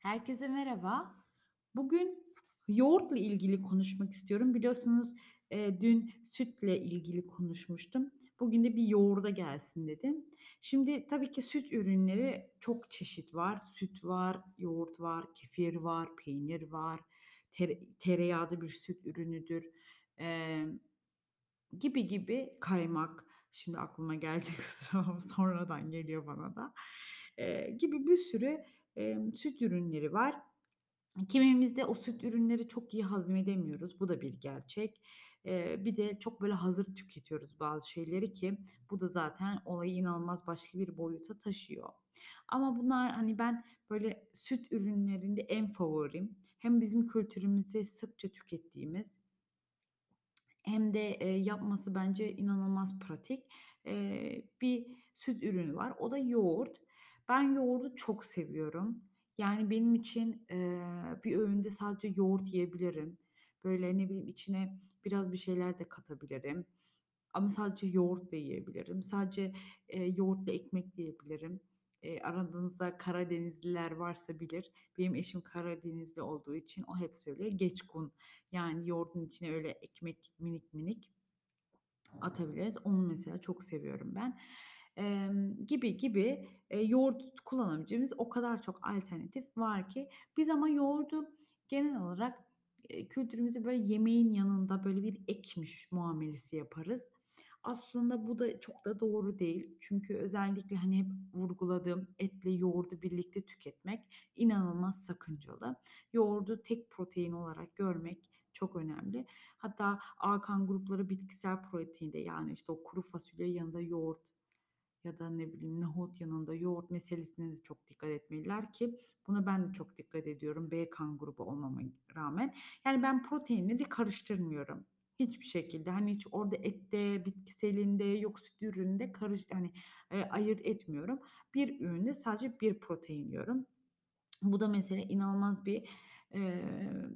Herkese merhaba. Bugün yoğurtla ilgili konuşmak istiyorum. Biliyorsunuz, dün sütle ilgili konuşmuştum. Bugün de bir yoğurda gelsin dedim. Şimdi tabii ki süt ürünleri çok çeşit var. Süt var, yoğurt var, kefir var, peynir var, tereyağı da bir süt ürünüdür. Emm, gibi gibi kaymak, şimdi aklıma geldi kusura bakma sonradan geliyor bana da. Gibi bir sürü, süt ürünleri var. Kimimizde o süt ürünleri çok iyi hazmedemiyoruz. Bu da bir gerçek. Bir de çok böyle hazır tüketiyoruz bazı şeyleri ki bu da zaten olayı inanılmaz başka bir boyuta taşıyor. Ama bunlar, hani, ben böyle süt ürünlerinde en favorim. Hem bizim kültürümüzde sıkça tükettiğimiz hem de, yapması bence inanılmaz pratik, bir süt ürünü var. O da yoğurt. Ben yoğurdu çok seviyorum. Yani benim için, bir öğünde sadece yoğurt yiyebilirim. Böyle, ne bileyim, içine biraz bir şeyler de katabilirim. Ama sadece yoğurt da yiyebilirim. Sadece, yoğurtla ekmek de yiyebilirim. Aranızda Karadenizliler varsa bilir. Benim eşim Karadenizli olduğu için o hep söylüyor, "Geçkun." Yani yoğurdun içine öyle ekmek minik minik atabiliriz. Onu mesela çok seviyorum ben. Gibi gibi, yoğurt kullanabileceğimiz o kadar çok alternatif var ki biz ama yoğurdu genel olarak, kültürümüzde böyle yemeğin yanında böyle bir ekmiş muamelesi yaparız. Aslında bu da çok da doğru değil. Çünkü özellikle, hani, hep vurguladığım etle yoğurdu birlikte tüketmek inanılmaz sakıncalı. Yoğurdu tek protein olarak görmek çok önemli. Hatta A kan grupları bitkisel proteinde, yani, işte, o kuru fasulye yanında yoğurt ya da ne bileyim nohut yanında yoğurt meselesine de çok dikkat etmeliler ki buna ben de çok dikkat ediyorum B kan grubu olmama rağmen. Yani, ben proteinleri karıştırmıyorum hiçbir şekilde. Hani, hiç orada ette, bitkiselinde, yok süt ürününde hani, ayırt etmiyorum. Bir öğünde sadece bir protein yiyorum. Bu da mesela inanılmaz bir, eee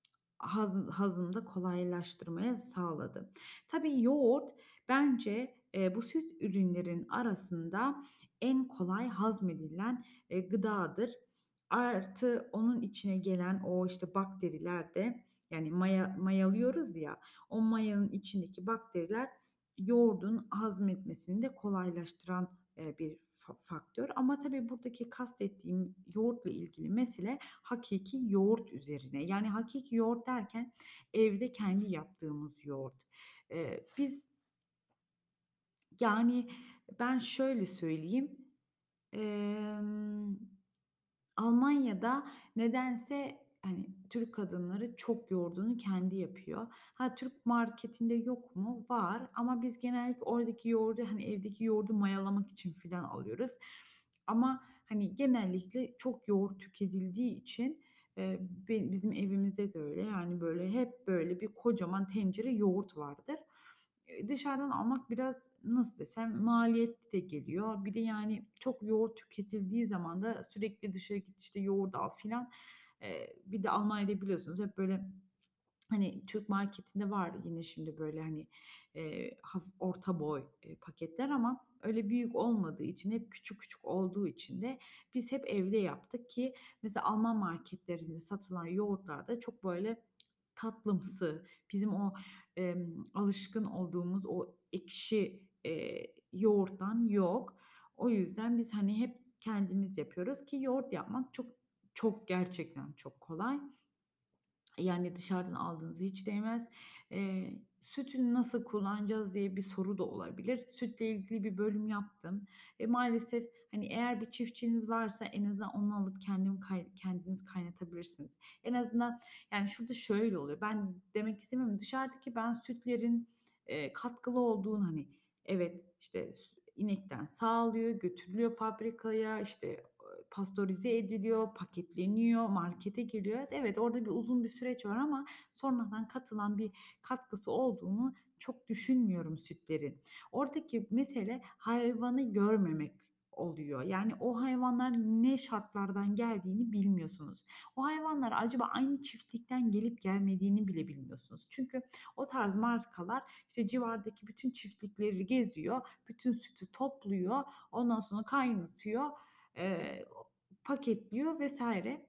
hazımda kolaylaştırmaya sağladı. Tabii yoğurt bence, bu süt ürünlerin arasında en kolay hazmedilen, gıdadır. Artı onun içine gelen o, işte, bakteriler de yani mayalıyoruz ya, o mayanın içindeki bakteriler yoğurdun hazmetmesini de kolaylaştıran, bir faktör ama tabii buradaki kastettiğim yoğurtla ilgili mesele hakiki yoğurt üzerine. Yani hakiki yoğurt derken evde kendi yaptığımız yoğurt. Biz yani ben şöyle söyleyeyim, emm, Almanya'da nedense, hani, Türk kadınları çok yoğurdunu kendi yapıyor. Ha, Türk marketinde yok mu? Var ama biz genellikle oradaki yoğurdu, hani, evdeki yoğurdu mayalamak için filan alıyoruz. Ama, hani, genellikle çok yoğurt tüketildiği için, bizim evimizde de öyle. Yani, böyle, hep böyle bir kocaman tencere yoğurt vardır. Dışarıdan almak biraz, nasıl desem, maliyetli de geliyor. Bir de, yani, çok yoğurt tüketildiği zaman da sürekli dışarı git, işte, yoğurt al filan. Bir de Almanya'da biliyorsunuz hep böyle, hani, Türk marketinde var yine şimdi böyle, hani, orta boy, paketler ama öyle büyük olmadığı için, hep küçük küçük olduğu için de biz hep evde yaptık ki mesela Alman marketlerinde satılan yoğurtlar da çok böyle tatlımsı, bizim o, alışkın olduğumuz o ekşi, yoğurttan yok. O yüzden biz, hani, hep kendimiz yapıyoruz ki yoğurt yapmak çok çok gerçekten çok kolay. Yani, dışarıdan aldığınıza hiç değmez. Sütü nasıl kullanacağız diye bir soru da olabilir. Sütle ilgili bir bölüm yaptım. Maalesef, hani, eğer bir çiftçiniz varsa en azından onu alıp kendiniz kaynatabilirsiniz. En azından, yani, şurada şöyle oluyor, ben demek istemiyorum, dışarıdaki ben sütlerin, katkılı olduğunu, hani, evet, işte, inekten sağılıyor, götürülüyor fabrikaya, işte, pastörize ediliyor, paketleniyor, markete geliyor. Evet, orada bir uzun bir süreç var ama sonradan katılan bir katkısı olduğunu çok düşünmüyorum sütlerin. Oradaki mesele hayvanı görmemek oluyor. Yani o hayvanlar ne şartlardan geldiğini bilmiyorsunuz. O hayvanlar acaba aynı çiftlikten gelip gelmediğini bile bilmiyorsunuz. Çünkü o tarz markalar, işte, civardaki bütün çiftlikleri geziyor, bütün sütü topluyor, ondan sonra kaynatıyor, eee, paketliyor vs.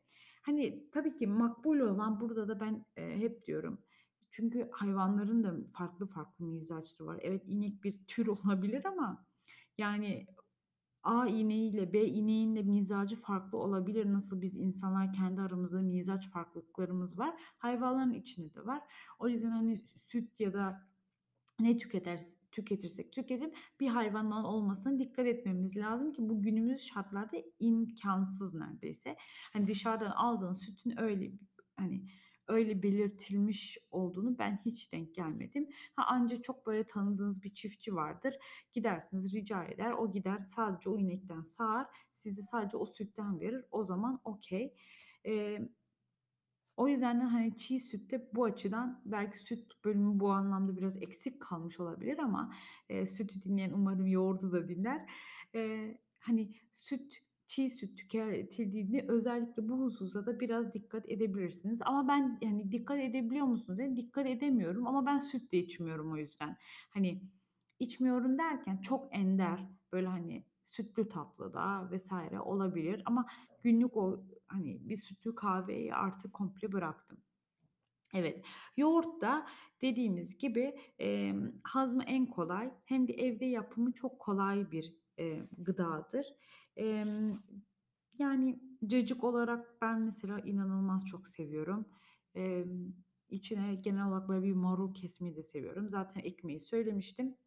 Hani, tabii ki makbul olan burada da ben, hep diyorum, çünkü hayvanların da farklı farklı mizaçları var. Evet, inek bir tür olabilir ama yani A ineğiyle B ineğin de mizacı farklı olabilir. Nasıl biz insanlar kendi aramızda mizaç farklılıklarımız var, hayvanların içinde de var. O yüzden, hani, süt ya da ne tüketirsek tüketelim bir hayvandan olmasına dikkat etmemiz lazım ki bu günümüz şartlarda imkânsız neredeyse. Hani, dışarıdan aldığın sütün öyle, hani, öyle belirtilmiş olduğunu ben hiç denk gelmedim. Ha, anca çok böyle tanıdığınız bir çiftçi vardır. Gidersiniz, rica eder. O gider sadece o inekten sağar. Size sadece o sütten verir. O zaman okay. Eee o yüzden de, hani, çiğ sütte bu açıdan belki süt bölümü bu anlamda biraz eksik kalmış olabilir ama, sütü dinleyen umarım yoğurdu da dinler. Hani, çiğ süt tüketildiğinde özellikle bu hususa da biraz dikkat edebilirsiniz ama ben, hani, dikkat edebiliyor musunuz dedim, dikkat edemiyorum ama ben süt de içmiyorum o yüzden. Hani, içmiyorum derken çok ender, böyle, hani, sütlü tatlıda vs. olabilir ama günlük o, hani, bir sütlü kahveyi artık komple bıraktım. Evet, yoğurt da dediğimiz gibi, hazmı en kolay hem de evde yapımı çok kolay bir, gıdadır. Emm, yani cacık olarak ben mesela inanılmaz çok seviyorum. Emm, içine genel olarak böyle bir marul kesmeyi de seviyorum. Zaten ekmeği söylemiştim.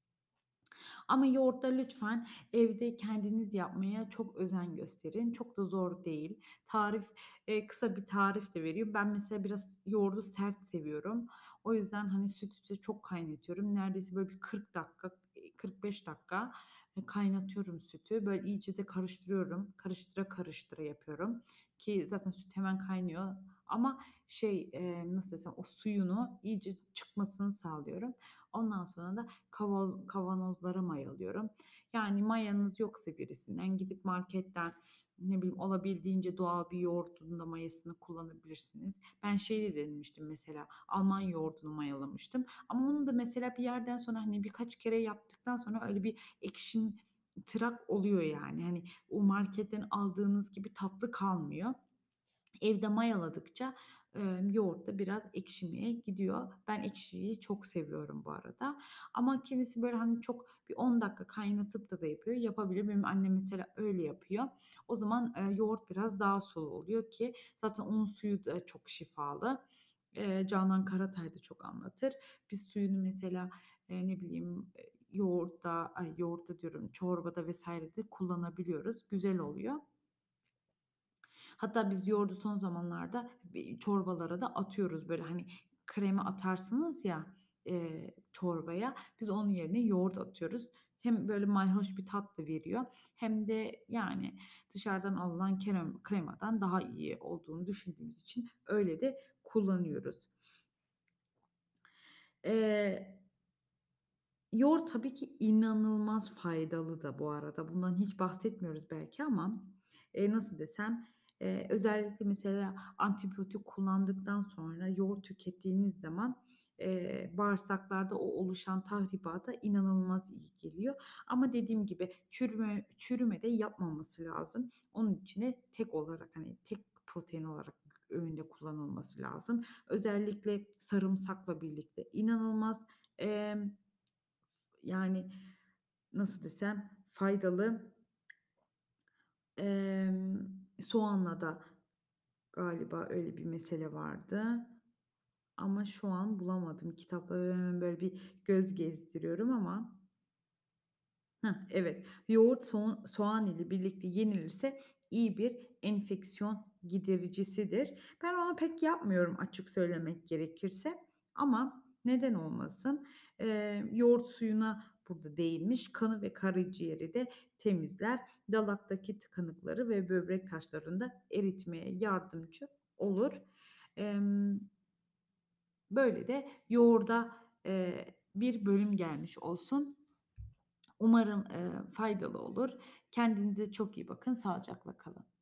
Ama yoğurtta lütfen evde kendiniz yapmaya çok özen gösterin. Çok da zor değil. Kısa bir tarif de vereyim. Ben mesela biraz yoğurdu sert seviyorum. O yüzden, hani, sütü çok kaynatıyorum. Neredeyse böyle bir 40 dakika, 45 dakika, kaynatıyorum sütü. Böyle iyice de karıştırıyorum. Karıştıra karıştıra yapıyorum ki zaten süt hemen kaynıyor ama şey, nasıl desem, o suyunu iyice çıkmasını sağlıyorum. Ondan sonra da kavanozlara mayalıyorum. Yani mayanız yoksa birisinden gidip marketten, ne bileyim, olabildiğince doğal bir yoğurdun da mayasını kullanabilirsiniz. Ben şeyi de denemiştim mesela, Alman yoğurdunu mayalamıştım ama onu da mesela bir yerden sonra, hani, birkaç kere yaptıktan sonra öyle bir ekşimtırak oluyor yani. Hani, o marketten aldığınız gibi tatlı kalmıyor. Evde mayaladıkça, yoğurt da biraz ekşimeye gidiyor. Ben ekşiyi çok seviyorum bu arada ama kimisi, böyle, hani, çok bir 10 dakika kaynatıp da yapıyor. Yapabilir. Benim annem mesela öyle yapıyor. O zaman, yoğurt biraz daha sulu oluyor ki zaten onun suyu da çok şifalı. Canan Karatay da çok anlatır. Biz suyunu mesela, ne bileyim, yoğurtta diyorum, çorbada vs.de kullanabiliyoruz. Güzel oluyor. Hatta biz yoğurdu son zamanlarda çorbalara da atıyoruz. Böyle, hani, krema atarsınız ya, çorbaya, biz onun yerine yoğurt atıyoruz. Hem böyle mayhoş bir tat da veriyor hem de, yani, dışarıdan alınan kremadan daha iyi olduğunu düşündüğümüz için öyle de kullanıyoruz. Eee Yoğurt tabii ki inanılmaz faydalı da bu arada. Bundan hiç bahsetmiyoruz belki ama, nasıl desem, özellikle mesela antibiyotik kullandıktan sonra yoğurt tükettiğiniz zaman, bağırsaklarda o oluşan tahribata inanılmaz iyi geliyor. Ama dediğim gibi çürüme de yapmaması lazım. Onun içine tek olarak, hani, tek protein olarak öğünde kullanılması lazım. Özellikle sarımsakla birlikte inanılmaz, emm yani, nasıl desem, faydalı. Soğanla da galiba öyle bir mesele vardı ama şu an bulamadım. Kitaplara hemen böyle bir göz gezdiriyorum ama heh, evet. Yoğurt soğan ile birlikte yenilirse iyi bir enfeksiyon gidericisidir. Ben onu pek yapmıyorum açık söylemek gerekirse ama neden olmasın? Yoğurt suyuna burada değinmiş. Kanı ve karaciğeri de temizler. Dalaktaki tıkanıkları ve böbrek taşlarını da eritmeye yardımcı olur. Emm, böyle de yoğurda, bir bölüm gelmiş olsun. Umarım, faydalı olur. Kendinize çok iyi bakın. Sağlıcakla kalın.